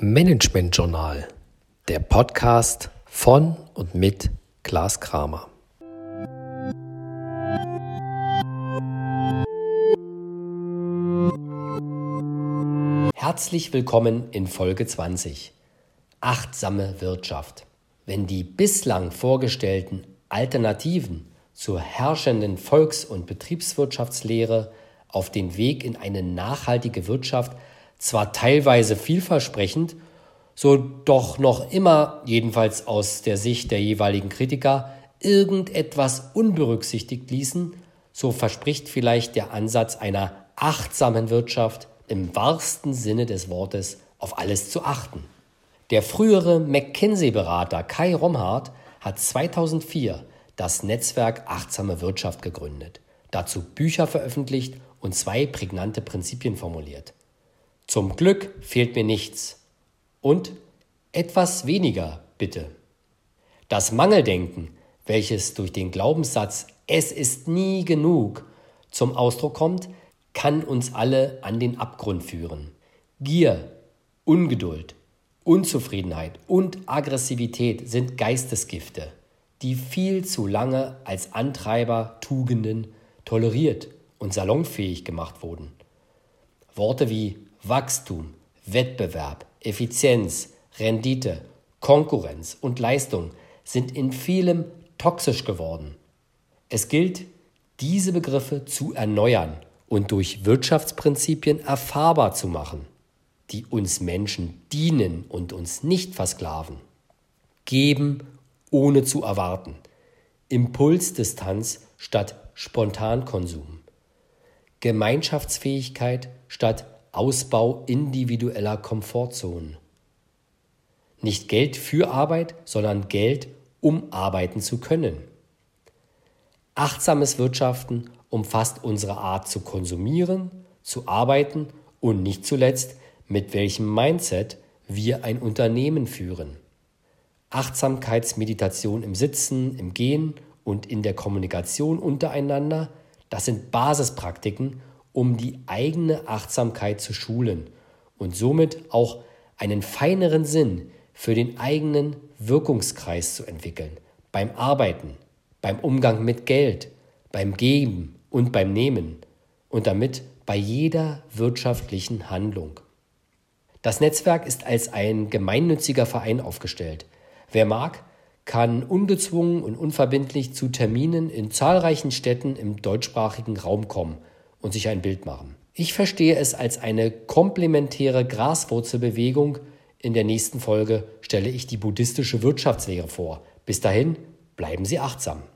Management Journal, der Podcast von und mit Klaas Kramer. Herzlich willkommen in Folge 20. Achtsame Wirtschaft. Wenn die bislang vorgestellten Alternativen zur herrschenden Volks- und Betriebswirtschaftslehre auf den Weg in eine nachhaltige Wirtschaft zwar teilweise vielversprechend, so doch noch immer, jedenfalls aus der Sicht der jeweiligen Kritiker, irgendetwas unberücksichtigt ließen, so verspricht vielleicht der Ansatz einer achtsamen Wirtschaft im wahrsten Sinne des Wortes auf alles zu achten. Der frühere McKinsey-Berater Kai Romhart hat 2004 das Netzwerk Achtsame Wirtschaft gegründet, dazu Bücher veröffentlicht und 2 prägnante Prinzipien formuliert. Zum Glück fehlt mir nichts. Und etwas weniger, bitte. Das Mangeldenken, welches durch den Glaubenssatz „Es ist nie genug" zum Ausdruck kommt, kann uns alle an den Abgrund führen. Gier, Ungeduld, Unzufriedenheit und Aggressivität sind Geistesgifte, die viel zu lange als Antreiber Tugenden toleriert und salonfähig gemacht wurden. Worte wie Wachstum, Wettbewerb, Effizienz, Rendite, Konkurrenz und Leistung sind in vielem toxisch geworden. Es gilt, diese Begriffe zu erneuern und durch Wirtschaftsprinzipien erfahrbar zu machen, die uns Menschen dienen und uns nicht versklaven. Geben ohne zu erwarten. Impulsdistanz statt Spontankonsum. Gemeinschaftsfähigkeit statt Ausbau individueller Komfortzonen. Nicht Geld für Arbeit, sondern Geld, um arbeiten zu können. Achtsames Wirtschaften umfasst unsere Art zu konsumieren, zu arbeiten und nicht zuletzt, mit welchem Mindset wir ein Unternehmen führen. Achtsamkeitsmeditation im Sitzen, im Gehen und in der Kommunikation untereinander, das sind Basispraktiken, um die eigene Achtsamkeit zu schulen und somit auch einen feineren Sinn für den eigenen Wirkungskreis zu entwickeln. Beim Arbeiten, beim Umgang mit Geld, beim Geben und beim Nehmen und damit bei jeder wirtschaftlichen Handlung. Das Netzwerk ist als ein gemeinnütziger Verein aufgestellt. Wer mag, kann ungezwungen und unverbindlich zu Terminen in zahlreichen Städten im deutschsprachigen Raum kommen und sich ein Bild machen. Ich verstehe es als eine komplementäre Graswurzelbewegung. In der nächsten Folge stelle ich die buddhistische Wirtschaftslehre vor. Bis dahin, bleiben Sie achtsam.